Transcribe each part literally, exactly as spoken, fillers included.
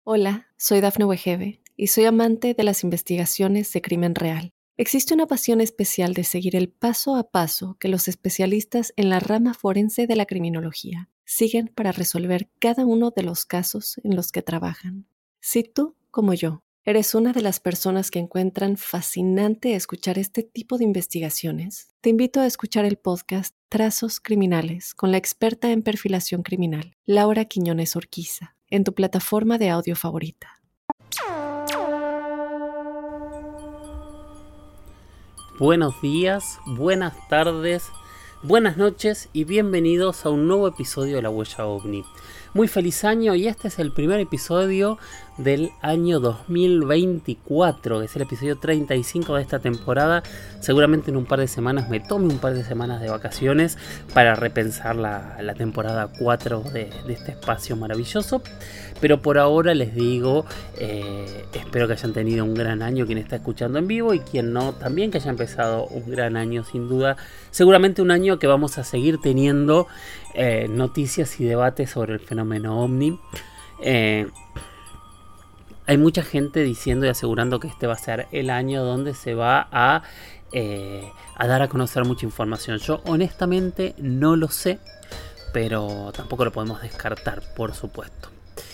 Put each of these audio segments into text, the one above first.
Hola, soy Dafne Wegebe y soy amante de las investigaciones de crimen real. Existe una pasión especial de seguir el paso a paso que los especialistas en la rama forense de la criminología siguen para resolver cada uno de los casos en los que trabajan. Si tú, como yo, eres una de las personas que encuentran fascinante escuchar este tipo de investigaciones, te invito a escuchar el podcast Trazos Criminales con la experta en perfilación criminal, Laura Quiñones Orquiza, en tu plataforma de audio favorita. Buenos días, buenas tardes, buenas noches y bienvenidos a un nuevo episodio de La Huella OVNI. Muy feliz año y este es el primer episodio del año dos mil veinticuatro, que es el episodio treinta y cinco de esta temporada. Seguramente en un par de semanas me tome un par de semanas de vacaciones para repensar la, la temporada cuatro de, de este espacio maravilloso. Pero por ahora les digo, eh, espero que hayan tenido un gran año quien está escuchando en vivo y quien no, también que haya empezado un gran año sin duda. Seguramente un año que vamos a seguir teniendo eh, noticias y debates sobre el fenómeno OVNI. Eh, hay mucha gente diciendo y asegurando que este va a ser el año donde se va a, eh, a dar a conocer mucha información. Yo honestamente no lo sé, pero tampoco lo podemos descartar, por supuesto.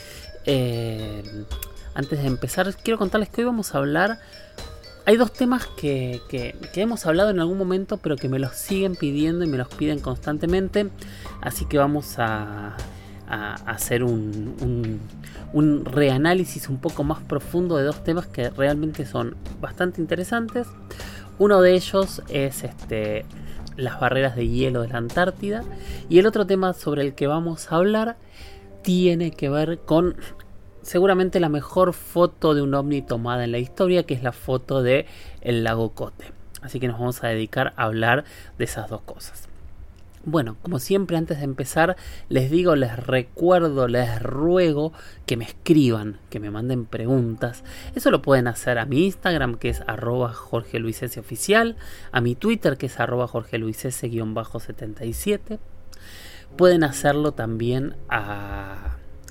Eh, antes de empezar, quiero contarles que hoy vamos a hablar. Hay dos temas que, que, que hemos hablado en algún momento, pero que me los siguen pidiendo y me los piden constantemente. Así que vamos a, a hacer un, un, un reanálisis un poco más profundo de dos temas que realmente son bastante interesantes. Uno de ellos es este, las barreras de hielo de la Antártida. Y el otro tema sobre el que vamos a hablar tiene que ver con seguramente la mejor foto de un ovni tomada en la historia, que es la foto de el lago Kote. Así que nos vamos a dedicar a hablar de esas dos cosas. Bueno, como siempre, antes de empezar, les digo, les recuerdo, les ruego que me escriban, que me manden preguntas. Eso lo pueden hacer a mi Instagram, que es arroba Jorge Luis S oficial, a mi Twitter, que es arroba Jorge Luis S setenta y siete. Pueden hacerlo también a,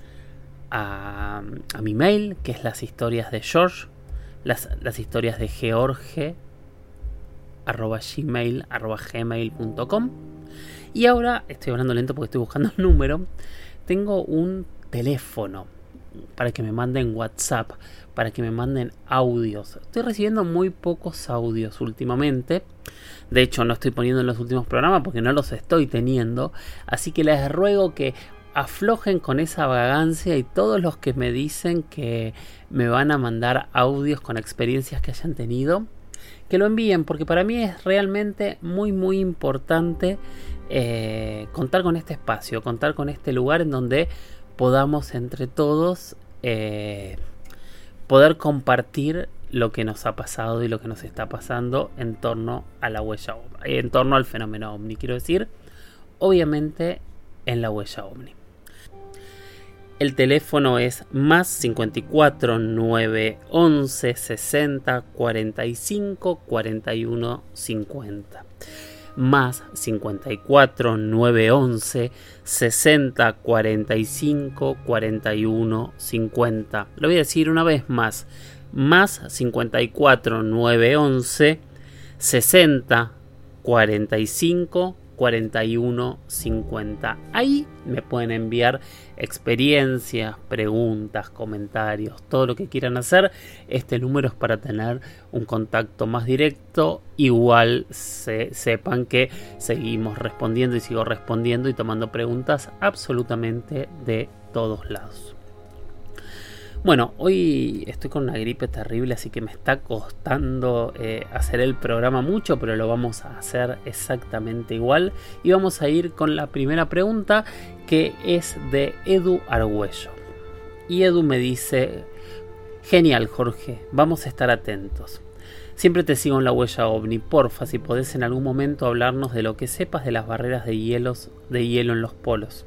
a, a mi mail, que es las historias de George, las, las historias de George, arroba gmail, arroba gmail punto com. Y ahora, estoy hablando lento porque estoy buscando un número, tengo un teléfono para que me manden WhatsApp, para que me manden audios. Estoy recibiendo muy pocos audios últimamente. De hecho, no estoy poniendo en los últimos programas porque no los estoy teniendo. Así que les ruego que aflojen con esa vagancia y todos los que me dicen que me van a mandar audios con experiencias que hayan tenido, que lo envíen, porque para mí es realmente muy muy importante eh, contar con este espacio, contar con este lugar en donde podamos entre todos eh, poder compartir lo que nos ha pasado y lo que nos está pasando en torno a la huella OVNI, en torno al fenómeno OVNI, quiero decir, obviamente en la huella OVNI. El teléfono es más cincuenta y cuatro, nueve once, sesenta, cuarenta y cinco, cuarenta y uno, cincuenta. Más cincuenta y cuatro, nueve once, sesenta, cuarenta y cinco, cuarenta y uno, cincuenta. Lo voy a decir una vez más. Más cincuenta y cuatro, nueve once, sesenta, cuarenta y cinco, cuarenta y uno, cincuenta. Ahí me pueden enviar experiencias, preguntas, comentarios, todo lo que quieran hacer. Este número es para tener un contacto más directo. Igual se, sepan que seguimos respondiendo y sigo respondiendo y tomando preguntas absolutamente de todos lados. Bueno, hoy estoy con una gripe terrible, así que me está costando eh, hacer el programa mucho, pero lo vamos a hacer exactamente igual. Y vamos a ir con la primera pregunta, que es de Edu Argüello. Y Edu me dice: genial, Jorge, vamos a estar atentos. Siempre te sigo en la huella OVNI. Porfa, si podés en algún momento hablarnos de lo que sepas de las barreras de, hielos, de hielo en los polos.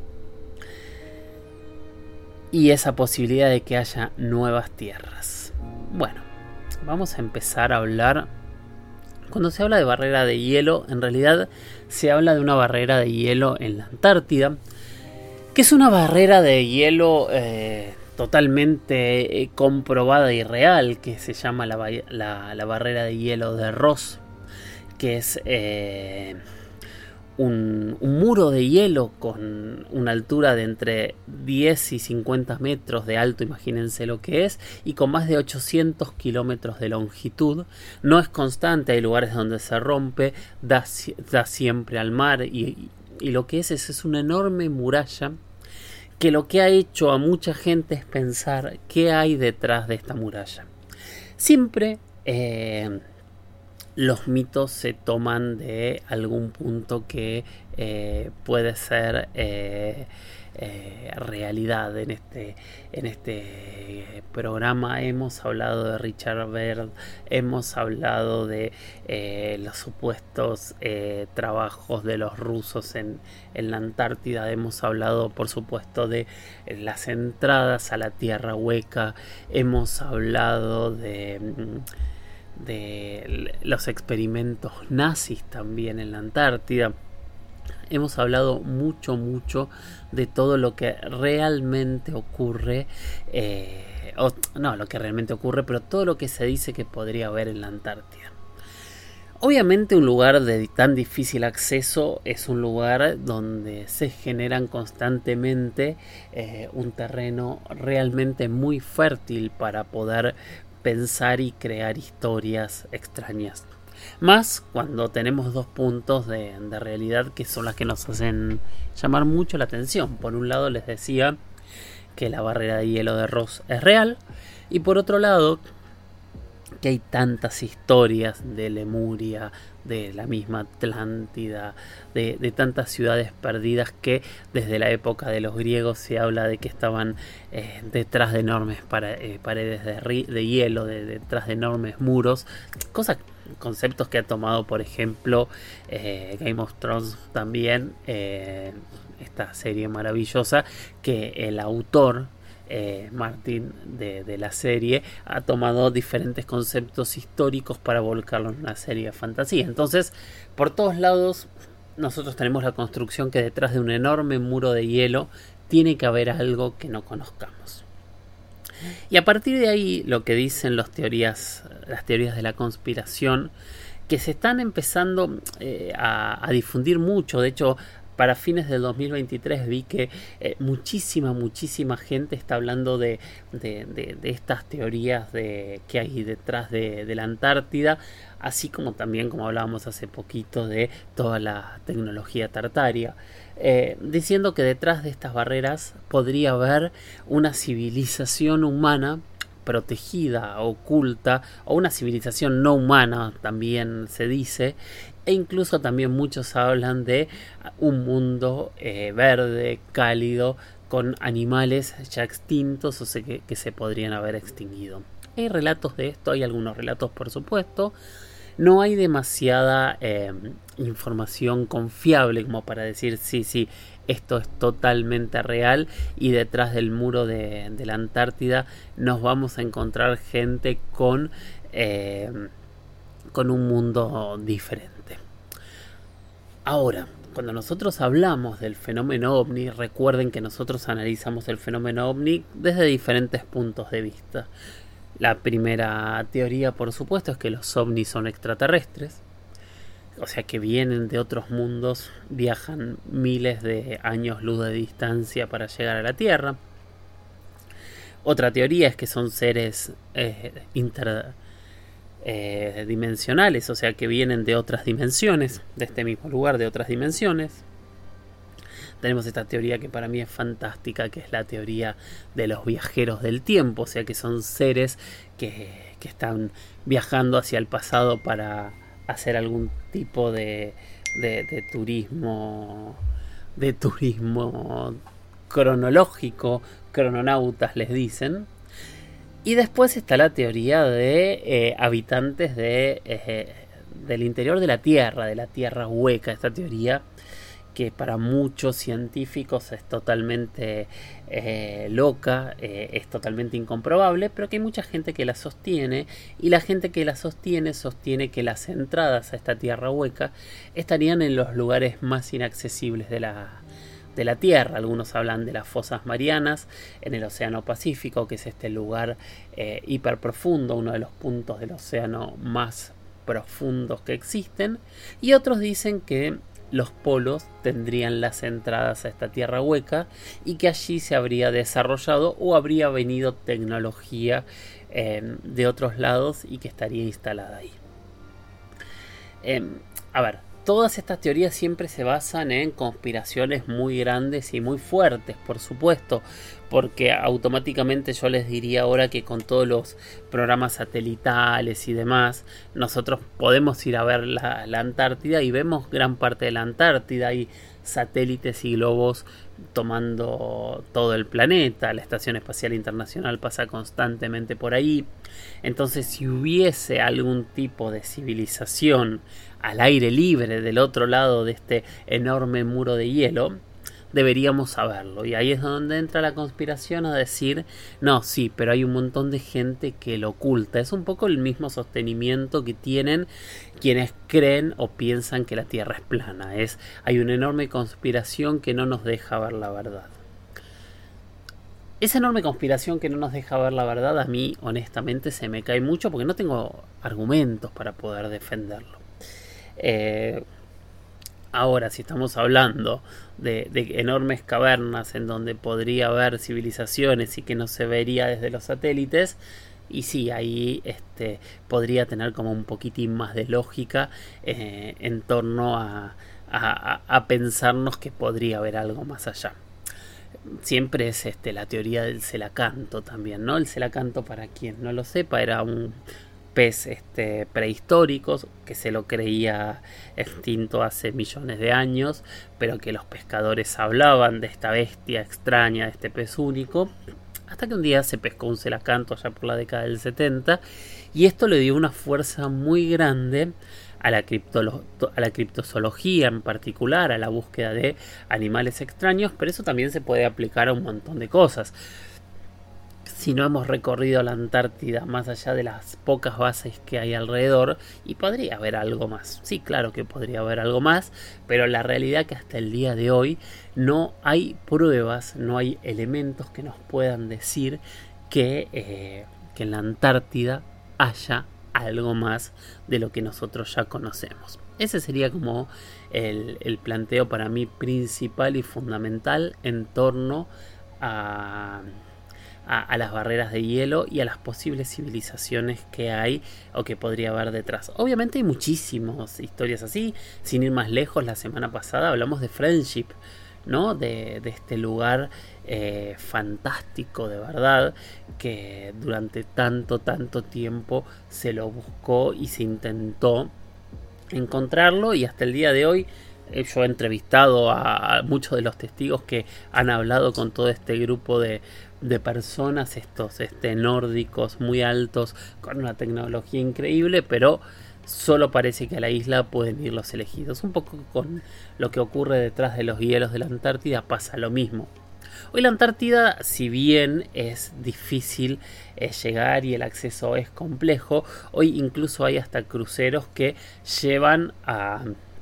Y esa posibilidad de que haya nuevas tierras. Bueno, vamos a empezar a hablar. Cuando se habla de barrera de hielo, en realidad se habla de una barrera de hielo en la Antártida, que es una barrera de hielo eh, totalmente eh, comprobada y real, que se llama la, la, la barrera de hielo de Ross, que es eh, un, un muro de hielo con una altura de entre diez y cincuenta metros de alto, imagínense lo que es, y con más de ochocientos kilómetros de longitud. No es constante, hay lugares donde se rompe, da, da siempre al mar, y, y lo que es es, es una enorme muralla que lo que ha hecho a mucha gente es pensar qué hay detrás de esta muralla. Siempre eh, los mitos se toman de algún punto que eh, puede ser eh, eh, realidad. En este, en este programa hemos hablado de Richard Byrd, hemos hablado de eh, los supuestos eh, trabajos de los rusos en, en la Antártida, hemos hablado por supuesto de las entradas a la Tierra Hueca, hemos hablado de... de los experimentos nazis también en la Antártida. Hemos hablado mucho, mucho de todo lo que realmente ocurre, eh, o, no, lo que realmente ocurre, pero todo lo que se dice que podría haber en la Antártida. Obviamente un lugar de tan difícil acceso es un lugar donde se generan constantemente eh, un terreno realmente muy fértil para poder pensar y crear historias extrañas. Más cuando tenemos dos puntos de, de realidad que son las que nos hacen llamar mucho la atención. Por un lado les decía que la barrera de hielo de Ross es real, y por otro lado que hay tantas historias de Lemuria, de la misma Atlántida, de, de tantas ciudades perdidas que desde la época de los griegos se habla de que estaban eh, detrás de enormes para, eh, paredes de, de hielo, de, detrás de enormes muros, cosas, conceptos que ha tomado por ejemplo eh, Game of Thrones también, eh, esta serie maravillosa que el autor Eh, Martin de, de la serie ha tomado diferentes conceptos históricos para volcarlo en una serie de fantasía. Entonces, por todos lados nosotros tenemos la construcción que detrás de un enorme muro de hielo tiene que haber algo que no conozcamos. Y a partir de ahí, lo que dicen las teorías, las teorías de la conspiración, que se están empezando eh, a, a difundir mucho. De hecho, para fines del dos mil veintitrés vi que eh, muchísima, muchísima gente está hablando de, de, de, de estas teorías de, que hay detrás de, de la Antártida, así como también, como hablábamos hace poquito, de toda la tecnología tartaria, eh, diciendo que detrás de estas barreras podría haber una civilización humana protegida, oculta, o una civilización no humana también se dice, e incluso también muchos hablan de un mundo eh, verde, cálido, con animales ya extintos o sea que, que se podrían haber extinguido. Hay relatos de esto, hay algunos relatos por supuesto, no hay demasiada eh, información confiable como para decir sí, sí, esto es totalmente real y detrás del muro de, de la Antártida nos vamos a encontrar gente con, eh, con un mundo diferente. Ahora, cuando nosotros hablamos del fenómeno ovni, recuerden que nosotros analizamos el fenómeno ovni desde diferentes puntos de vista. La primera teoría, por supuesto, es que los ovnis son extraterrestres. O sea que vienen de otros mundos, viajan miles de años luz de distancia para llegar a la Tierra. Otra teoría es que son seres eh, interdimensionales, eh, o sea que vienen de otras dimensiones, de este mismo lugar, de otras dimensiones. Tenemos esta teoría que para mí es fantástica, que es la teoría de los viajeros del tiempo, o sea que son seres que, que están viajando hacia el pasado para hacer algún tipo de, de, de turismo de turismo cronológico, crononautas les dicen. Y después está la teoría de eh, habitantes de, eh, del interior de la Tierra, de la Tierra hueca, esta teoría que para muchos científicos es totalmente eh, loca, eh, es totalmente incomprobable, pero que hay mucha gente que la sostiene, y la gente que la sostiene sostiene que las entradas a esta tierra hueca estarían en los lugares más inaccesibles de la, de la Tierra. Algunos hablan de las fosas marianas en el Océano Pacífico, que es este lugar eh, hiperprofundo, uno de los puntos del océano más profundos que existen, y otros dicen que los polos tendrían las entradas a esta tierra hueca y que allí se habría desarrollado o habría venido tecnología eh, de otros lados y que estaría instalada ahí. Eh, a ver, todas estas teorías siempre se basan en conspiraciones muy grandes y muy fuertes, por supuesto, porque automáticamente yo les diría ahora que con todos los programas satelitales y demás, nosotros podemos ir a ver la, la Antártida y vemos gran parte de la Antártida. Hay satélites y globos tomando todo el planeta, la Estación Espacial Internacional pasa constantemente por ahí. Entonces, si hubiese algún tipo de civilización al aire libre del otro lado de este enorme muro de hielo, deberíamos saberlo. Y ahí es donde entra la conspiración a decir, no, sí, pero hay un montón de gente que lo oculta. Es un poco el mismo sostenimiento que tienen quienes creen o piensan que la Tierra es plana. Es, hay una enorme conspiración que no nos deja ver la verdad. Esa enorme conspiración que no nos deja ver la verdad, a mí honestamente se me cae mucho porque no tengo argumentos para poder defenderlo. Eh, ahora, si estamos hablando de, de enormes cavernas en donde podría haber civilizaciones y que no se vería desde los satélites, y sí, ahí este, podría tener como un poquitín más de lógica eh, en torno a, a, a pensarnos que podría haber algo más allá. Siempre es este, la teoría del celacanto también, ¿no? El celacanto, para quien no lo sepa, era un pez este, prehistórico que se lo creía extinto hace millones de años, pero que los pescadores hablaban de esta bestia extraña, de este pez único, hasta que un día se pescó un celacanto allá por la década del setenta, y esto le dio una fuerza muy grande a la, a la criptozoología en particular, a la búsqueda de animales extraños, pero eso también se puede aplicar a un montón de cosas. Si no hemos recorrido la Antártida más allá de las pocas bases que hay alrededor, y podría haber algo más, sí, claro que podría haber algo más, pero la realidad es que hasta el día de hoy no hay pruebas, no hay elementos que nos puedan decir que, eh, que en la Antártida haya algo más de lo que nosotros ya conocemos. Ese sería como el, el planteo para mí principal y fundamental en torno a, a, a las barreras de hielo y a las posibles civilizaciones que hay o que podría haber detrás. Obviamente hay muchísimas historias así. Sin ir más lejos, la semana pasada hablamos de Friendship, ¿no? De, de este lugar eh, fantástico de verdad, que durante tanto, tanto tiempo se lo buscó y se intentó encontrarlo, y hasta el día de hoy eh, yo he entrevistado a, a muchos de los testigos que han hablado con todo este grupo de, de personas, estos este, nórdicos muy altos, con una tecnología increíble, pero solo parece que a la isla pueden ir los elegidos. Un poco con lo que ocurre detrás de los hielos de la Antártida pasa lo mismo. Hoy la Antártida, si bien es difícil eh, llegar y el acceso es complejo, hoy incluso hay hasta cruceros que llevan a,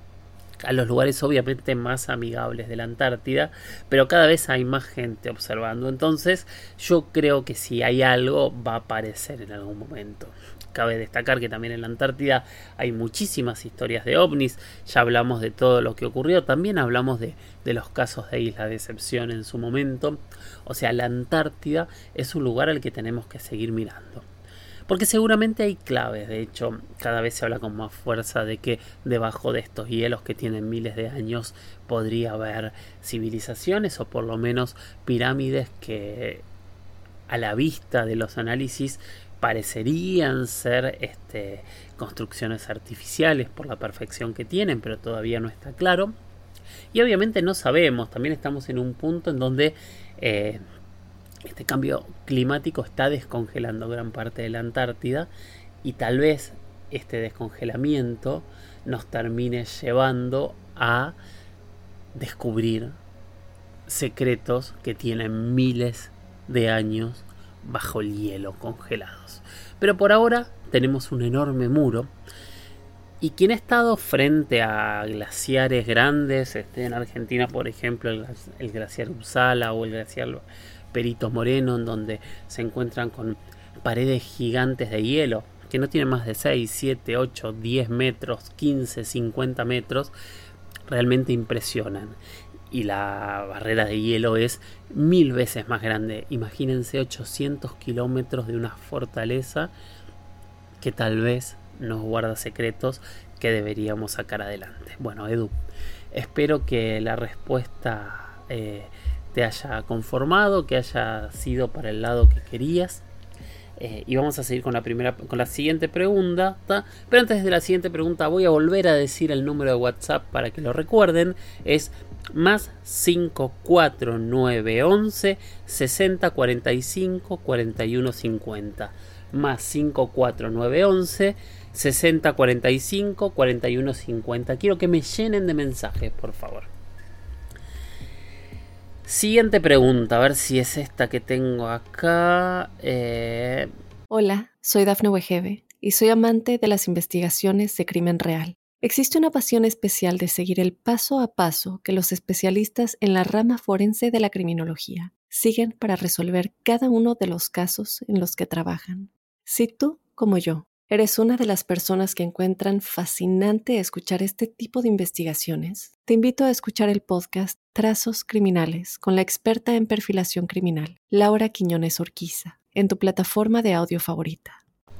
a los lugares obviamente más amigables de la Antártida, pero cada vez hay más gente observando. Entonces yo creo que si hay algo va a aparecer en algún momento. Cabe destacar que también en la Antártida hay muchísimas historias de ovnis. Ya hablamos de todo lo que ocurrió. También hablamos de, de los casos de Isla Decepción en su momento. O sea, la Antártida es un lugar al que tenemos que seguir mirando. Porque seguramente hay claves. De hecho, cada vez se habla con más fuerza de que debajo de estos hielos que tienen miles de años podría haber civilizaciones, o por lo menos pirámides que a la vista de los análisis parecerían ser este, construcciones artificiales por la perfección que tienen, pero todavía no está claro. Y obviamente no sabemos, también estamos en un punto en donde eh, este cambio climático está descongelando gran parte de la Antártida, y tal vez este descongelamiento nos termine llevando a descubrir secretos que tienen miles de años bajo el hielo, congelados. Pero por ahora tenemos un enorme muro, Y quien ha estado frente a glaciares grandes, este, en Argentina por ejemplo el, el glaciar Uppsala o el glaciar Perito Moreno, en donde se encuentran con paredes gigantes de hielo que no tienen más de seis, siete, ocho, diez metros, quince, cincuenta metros, realmente impresionan. Y la barrera de hielo es mil veces más grande. Imagínense ochocientos kilómetros de una fortaleza que tal vez nos guarda secretos que deberíamos sacar adelante. Bueno, Edu, espero que la respuesta eh, te haya conformado, que haya sido para el lado que querías. Eh, y vamos a seguir con la primera, con la siguiente pregunta, ¿tá? Pero antes de la siguiente pregunta voy a volver a decir el número de WhatsApp para que lo recuerden. Es más cinco cuatro nueve once sesenta cuarenta y cinco cuarenta y uno cincuenta. Más cinco cuatro nueve once sesenta cuarenta y cinco cuarenta y uno cincuenta. Quiero que me llenen de mensajes, por favor. Siguiente pregunta, a ver si es esta que tengo acá. Eh... Hola, soy Dafne Wegebe y soy amante de las investigaciones de crimen real. Existe una pasión especial de seguir el paso a paso que los especialistas en la rama forense de la criminología siguen para resolver cada uno de los casos en los que trabajan. Si tú, como yo, ¿eres una de las personas que encuentran fascinante escuchar este tipo de investigaciones? Te invito a escuchar el podcast Trazos Criminales con la experta en perfilación criminal, Laura Quiñones Orquiza, en tu plataforma de audio favorita.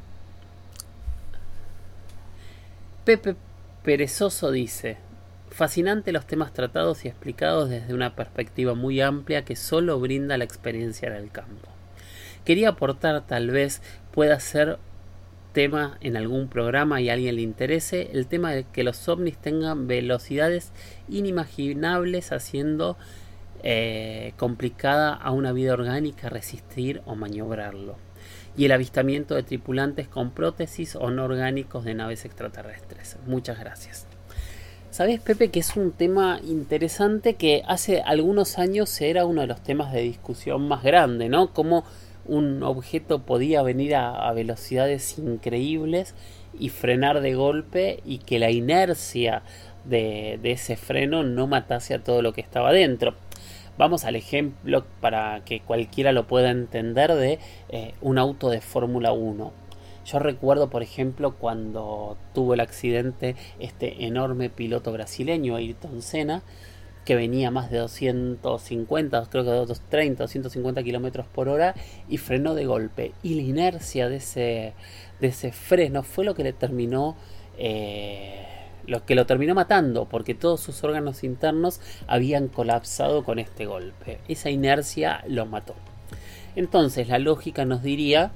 Pepe Perezoso dice: fascinante los temas tratados y explicados desde una perspectiva muy amplia que solo brinda la experiencia en el campo. Quería aportar, tal vez pueda ser tema en algún programa y a alguien le interese, el tema de que los ovnis tengan velocidades inimaginables, haciendo eh, complicada a una vida orgánica resistir o maniobrarlo, y el avistamiento de tripulantes con prótesis o no orgánicos de naves extraterrestres. Muchas gracias. ¿Sabes, Pepe, que es un tema interesante que hace algunos años era uno de los temas de discusión más grande, ¿no? Como un objeto podía venir a, a velocidades increíbles y frenar de golpe, y que la inercia de, de ese freno no matase a todo lo que estaba dentro. Vamos al ejemplo para que cualquiera lo pueda entender de eh, un auto de Fórmula uno. Yo recuerdo, por ejemplo, cuando tuvo el accidente este enorme piloto brasileño, Ayrton Senna, que venía a más de doscientos cincuenta, creo que doscientos treinta, doscientos cincuenta kilómetros por hora, y frenó de golpe. Y la inercia de ese, de ese freno fue lo que le terminó, eh, lo que lo terminó matando, porque todos sus órganos internos habían colapsado con este golpe. Esa inercia lo mató. Entonces, la lógica nos diría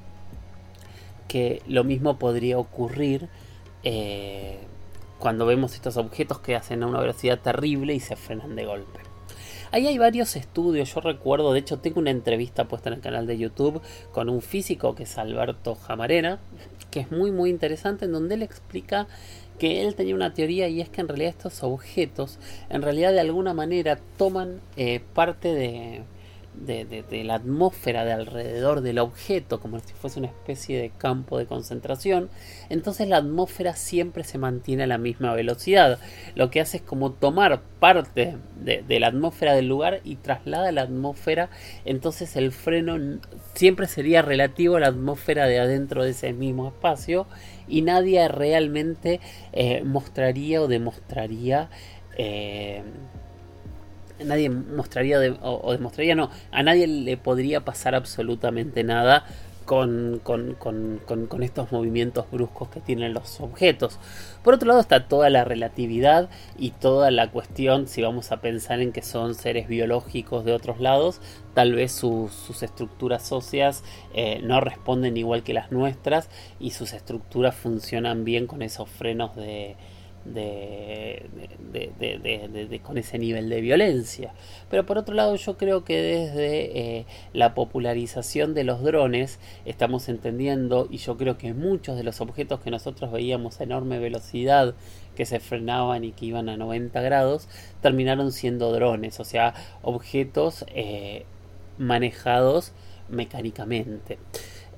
que lo mismo podría ocurrir eh, cuando vemos estos objetos que hacen a una velocidad terrible y se frenan de golpe. Ahí hay varios estudios. Yo recuerdo, de hecho tengo una entrevista puesta en el canal de YouTube con un físico que es Alberto Jamarena, que es muy muy interesante, en donde él explica que él tenía una teoría, y es que en realidad estos objetos en realidad de alguna manera toman eh, parte de De, de, de la atmósfera de alrededor del objeto, como si fuese una especie de campo de concentración. Entonces la atmósfera siempre se mantiene a la misma velocidad. Lo que hace es como tomar parte de, de la atmósfera del lugar y traslada la atmósfera. Entonces el freno siempre sería relativo a la atmósfera de adentro de ese mismo espacio, y nadie realmente eh, mostraría o demostraría eh, nadie mostraría de, o, o demostraría, no, a nadie le podría pasar absolutamente nada con, con, con, con, con estos movimientos bruscos que tienen los objetos. Por otro lado está toda la relatividad y toda la cuestión, si vamos a pensar en que son seres biológicos de otros lados, tal vez sus, sus estructuras óseas eh, no responden igual que las nuestras, y sus estructuras funcionan bien con esos frenos de De, de, de, de, de, de con ese nivel de violencia. Pero por otro lado, yo creo que desde eh, la popularización de los drones estamos entendiendo, y yo creo que muchos de los objetos que nosotros veíamos a enorme velocidad, que se frenaban y que iban a noventa grados, terminaron siendo drones, o sea, objetos eh, manejados mecánicamente.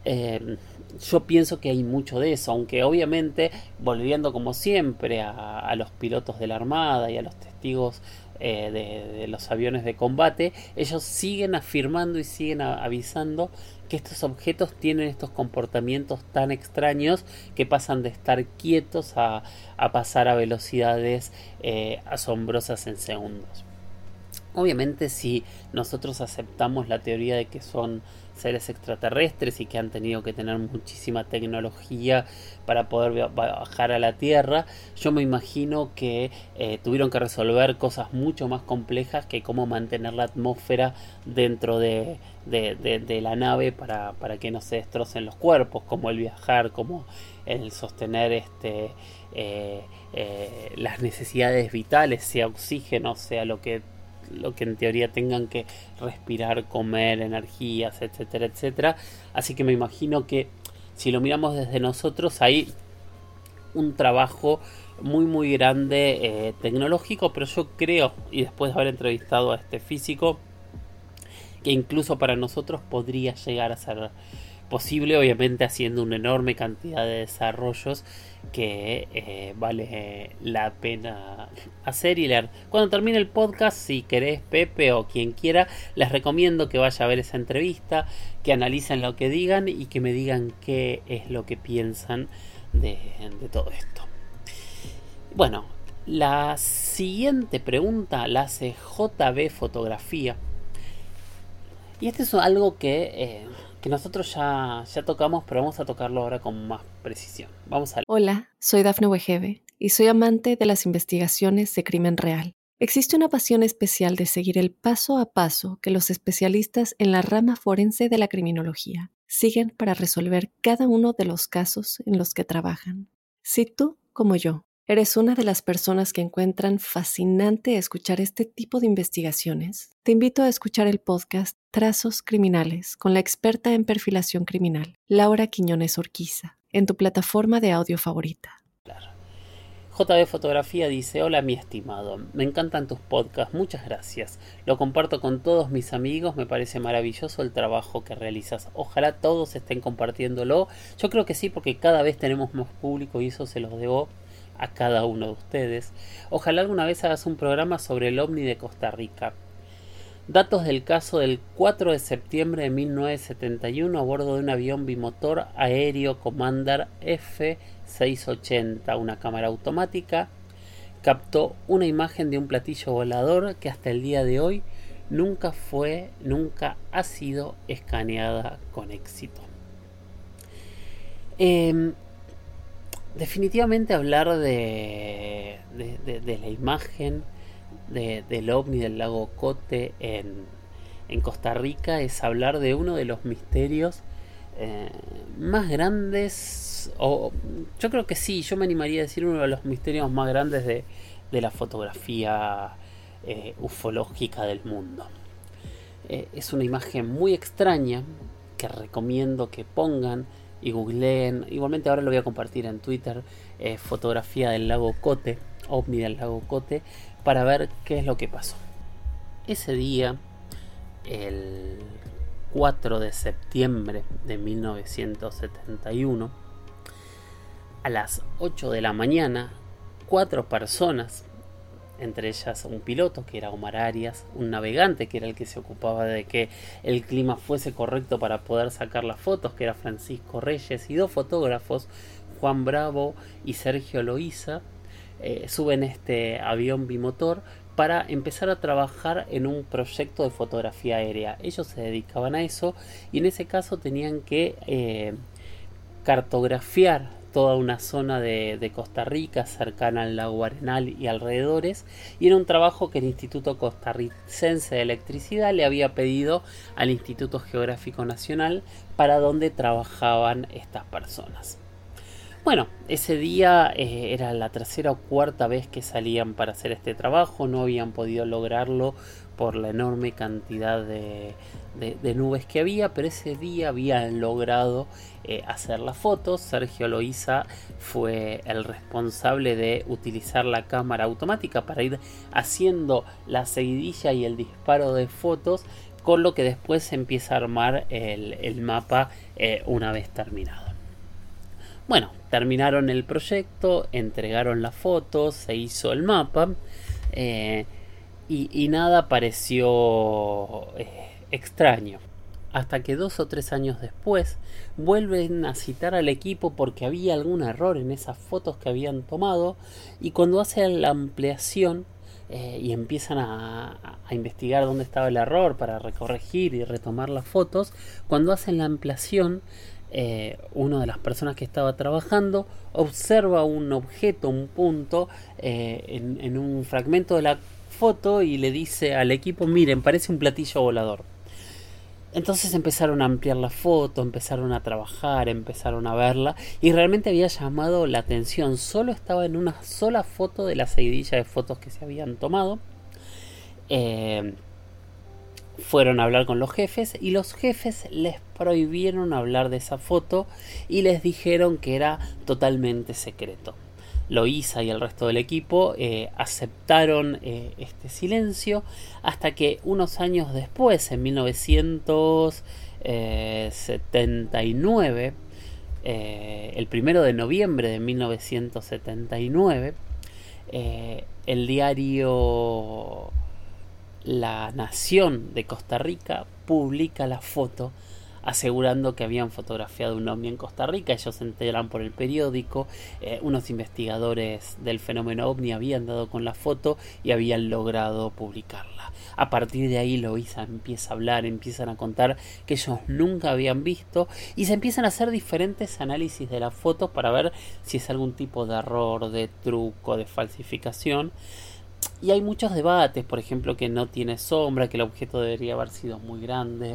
Eh, yo pienso que hay mucho de eso, aunque obviamente, volviendo como siempre a, a los pilotos de la Armada y a los testigos eh, de, de los aviones de combate, ellos siguen afirmando y siguen a, avisando que estos objetos tienen estos comportamientos tan extraños que pasan de estar quietos a, a pasar a velocidades eh, asombrosas en segundos. Obviamente, si nosotros aceptamos la teoría de que son seres extraterrestres y que han tenido que tener muchísima tecnología para poder bajar a la Tierra, yo me imagino que eh, tuvieron que resolver cosas mucho más complejas que cómo mantener la atmósfera dentro de, de, de, de la nave para, para que no se destrocen los cuerpos, como el viajar, como el sostener este eh, eh, las necesidades vitales, sea oxígeno, sea lo que lo que en teoría tengan que respirar, comer, energías, etcétera, etcétera. Así que me imagino que si lo miramos desde nosotros hay un trabajo muy muy grande eh, tecnológico, pero yo creo, y después de haber entrevistado a este físico, que incluso para nosotros podría llegar a ser posible, obviamente haciendo una enorme cantidad de desarrollos que eh, vale la pena hacer y leer. Cuando termine el podcast, si querés, Pepe o quien quiera, les recomiendo que vaya a ver esa entrevista, que analicen lo que digan y que me digan qué es lo que piensan de, de todo esto. Bueno, la siguiente pregunta la hace J B Fotografía. Y este es algo que, eh, que nosotros ya, ya tocamos, pero vamos a tocarlo ahora con más precisión. Vamos a... Hola, soy Dafne Wegebe y soy amante de las investigaciones de crimen real. Existe una pasión especial de seguir el paso a paso que los especialistas en la rama forense de la criminología siguen para resolver cada uno de los casos en los que trabajan. Si tú, como yo, ¿eres una de las personas que encuentran fascinante escuchar este tipo de investigaciones? Te invito a escuchar el podcast Trazos Criminales con la experta en perfilación criminal, Laura Quiñones Orquiza, en tu plataforma de audio favorita. J B Fotografía dice: hola mi estimado, me encantan tus podcasts, muchas gracias. Lo comparto con todos mis amigos, me parece maravilloso el trabajo que realizas. Ojalá todos estén compartiéndolo. Yo creo que sí, porque cada vez tenemos más público y eso se los debo a cada uno de ustedes. Ojalá alguna vez hagas un programa sobre el ovni de Costa Rica. Datos del caso del cuatro de septiembre de mil novecientos setenta y uno a bordo de un avión bimotor aéreo Commander F seiscientos ochenta, una cámara automática, captó una imagen de un platillo volador que hasta el día de hoy nunca fue, nunca ha sido escaneada con éxito. Eh, definitivamente hablar de, de, de, de la imagen de, del ovni del lago Cote en, en Costa Rica es hablar de uno de los misterios eh, más grandes, o yo creo que sí, yo me animaría a decir uno de los misterios más grandes de, de la fotografía eh, ufológica del mundo. Eh, es una imagen muy extraña que recomiendo que pongan y googleen. Igualmente ahora lo voy a compartir en Twitter, eh, fotografía del lago Cote, ovni del lago Cote, para ver qué es lo que pasó. Ese día, el cuatro de septiembre de mil novecientos setenta y uno, a las ocho de la mañana, cuatro personas, entre ellas un piloto que era Omar Arias, un navegante que era el que se ocupaba de que el clima fuese correcto para poder sacar las fotos, que era Francisco Reyes, y dos fotógrafos, Juan Bravo y Sergio Loíza, eh, suben este avión bimotor para empezar a trabajar en un proyecto de fotografía aérea. Ellos se dedicaban a eso y en ese caso tenían que eh, cartografiar toda una zona de, de Costa Rica cercana al lago Arenal y alrededores, y era un trabajo que el Instituto Costarricense de Electricidad le había pedido al Instituto Geográfico Nacional, para donde trabajaban estas personas. Bueno, ese día eh, era la tercera o cuarta vez que salían para hacer este trabajo, no habían podido lograrlo por la enorme cantidad de, de, de nubes que había, pero ese día habían logrado eh, hacer las fotos. Sergio Loíza fue el responsable de utilizar la cámara automática para ir haciendo la seguidilla y el disparo de fotos con lo que después se empieza a armar el, el mapa eh, una vez terminado. Bueno, terminaron el proyecto, entregaron las fotos, se hizo el mapa eh, y, y nada pareció eh, extraño. Hasta que dos o tres años después vuelven a citar al equipo porque había algún error en esas fotos que habían tomado, y cuando hacen la ampliación eh, y empiezan a, a investigar dónde estaba el error para recorregir y retomar las fotos, cuando hacen la ampliación, eh, una de las personas que estaba trabajando observa un objeto, un punto eh, en, en un fragmento de la foto y le dice al equipo: miren, parece un platillo volador. Entonces empezaron a ampliar la foto, empezaron a trabajar, empezaron a verla y realmente había llamado la atención. Solo estaba en una sola foto de la seguidilla de fotos que se habían tomado. Eh, fueron a hablar con los jefes y los jefes les prohibieron hablar de esa foto y les dijeron que era totalmente secreto. Loisa y el resto del equipo eh, aceptaron eh, este silencio hasta que unos años después, en mil novecientos setenta y nueve, eh, el primero de noviembre de mil novecientos setenta y nueve, eh, el diario La Nación de Costa Rica publica la foto asegurando que habían fotografiado un ovni en Costa Rica. Ellos se enteran por el periódico, eh, unos investigadores del fenómeno ovni habían dado con la foto y habían logrado publicarla. A partir de ahí Loisa empieza a hablar, empiezan a contar que ellos nunca habían visto y se empiezan a hacer diferentes análisis de la foto para ver si es algún tipo de error, de truco, de falsificación. Y hay muchos debates, por ejemplo, que no tiene sombra, que el objeto debería haber sido muy grande,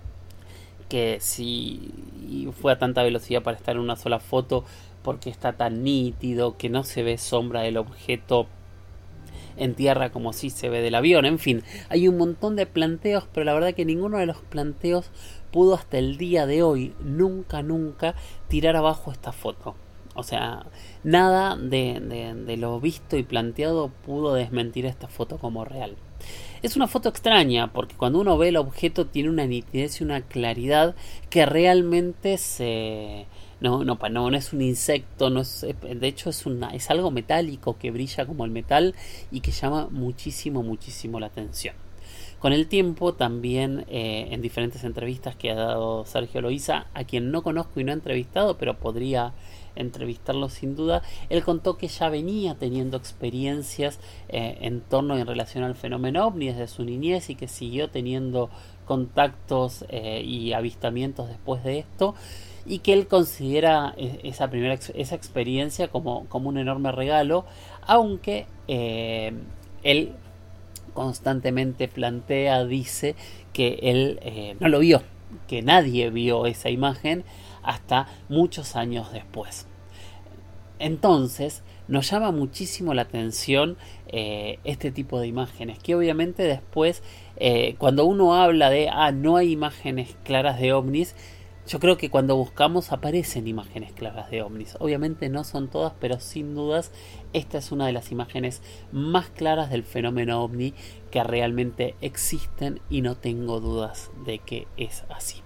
que si fue a tanta velocidad para estar en una sola foto, porque está tan nítido, que no se ve sombra del objeto en tierra como si se ve del avión. En fin, hay un montón de planteos, pero la verdad que ninguno de los planteos pudo hasta el día de hoy, nunca, nunca, tirar abajo esta foto. O sea, nada de, de, de lo visto y planteado pudo desmentir esta foto como real. Es una foto extraña porque cuando uno ve el objeto tiene una nitidez y una claridad que realmente se... No, no, no, no es un insecto, no es, de hecho es, una, es algo metálico que brilla como el metal y que llama muchísimo, muchísimo la atención. Con el tiempo también eh, en diferentes entrevistas que ha dado Sergio Loisa, a quien no conozco y no he entrevistado, pero podría entrevistarlo sin duda, él contó que ya venía teniendo experiencias eh, en torno y en relación al fenómeno ovni desde su niñez y que siguió teniendo contactos eh, y avistamientos después de esto, y que él considera esa primera esa experiencia como, como un enorme regalo, aunque eh, él constantemente plantea, dice que él eh, no lo vio, que nadie vio esa imagen hasta muchos años después. Entonces nos llama muchísimo la atención eh, este tipo de imágenes, que obviamente después eh, cuando uno habla de ah, no hay imágenes claras de ovnis, yo creo que cuando buscamos aparecen imágenes claras de ovnis. Obviamente no son todas, pero sin dudas esta es una de las imágenes más claras del fenómeno ovni que realmente existen y no tengo dudas de que es así.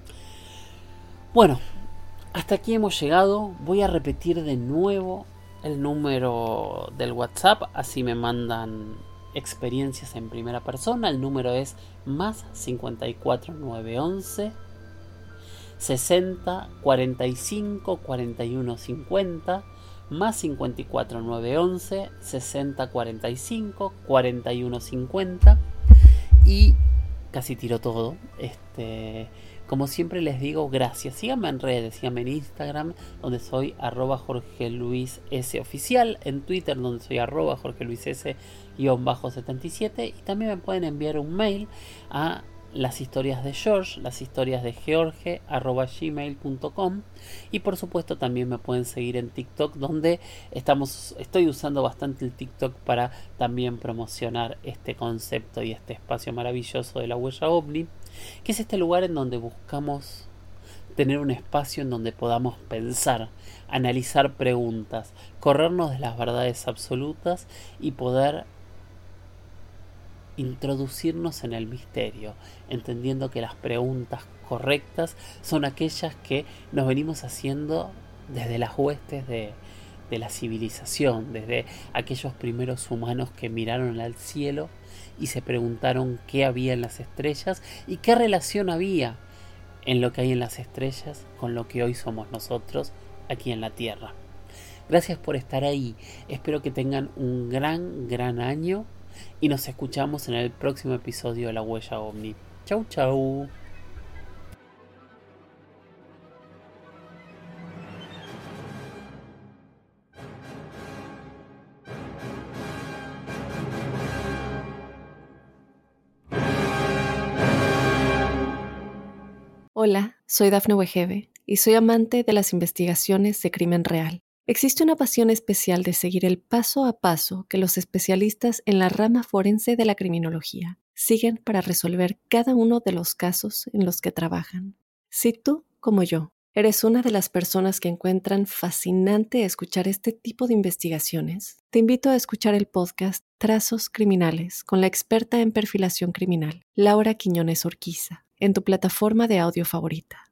Bueno, hasta aquí hemos llegado. Voy a repetir de nuevo el número del WhatsApp, así me mandan experiencias en primera persona. El número es más cincuenta y cuatro nueve once sesenta cuarenta y cinco cuarenta y uno cincuenta, más cincuenta y cuatro nueve once sesenta cuarenta y cinco cuarenta y uno cincuenta. Y casi tiro todo. Este, como siempre les digo, gracias. Síganme en redes, síganme en Instagram, donde soy arroba Jorge Luis S oficial, en Twitter, donde soy arroba Jorge Luis S setenta y siete, y también me pueden enviar un mail a las historias de George, las historias de George arroba gmail punto com, y por supuesto también me pueden seguir en TikTok, donde estamos, estoy usando bastante el TikTok para también promocionar este concepto y este espacio maravilloso de la huella ovni, que es este lugar en donde buscamos tener un espacio en donde podamos pensar, analizar preguntas, corrernos de las verdades absolutas y poder introducirnos en el misterio, entendiendo que las preguntas correctas son aquellas que nos venimos haciendo desde las huestes de, de la civilización, desde aquellos primeros humanos que miraron al cielo y se preguntaron qué había en las estrellas y qué relación había en lo que hay en las estrellas con lo que hoy somos nosotros aquí en la Tierra. Gracias por estar ahí, espero que tengan un gran, gran año y nos escuchamos en el próximo episodio de La Huella OVNI. Chau, chau. Hola, soy Dafne Wegebe y soy amante de las investigaciones de crimen real. Existe una pasión especial de seguir el paso a paso que los especialistas en la rama forense de la criminología siguen para resolver cada uno de los casos en los que trabajan. Si tú, como yo, eres una de las personas que encuentran fascinante escuchar este tipo de investigaciones, te invito a escuchar el podcast Trazos Criminales con la experta en perfilación criminal, Laura Quiñones Orquiza, en tu plataforma de audio favorita.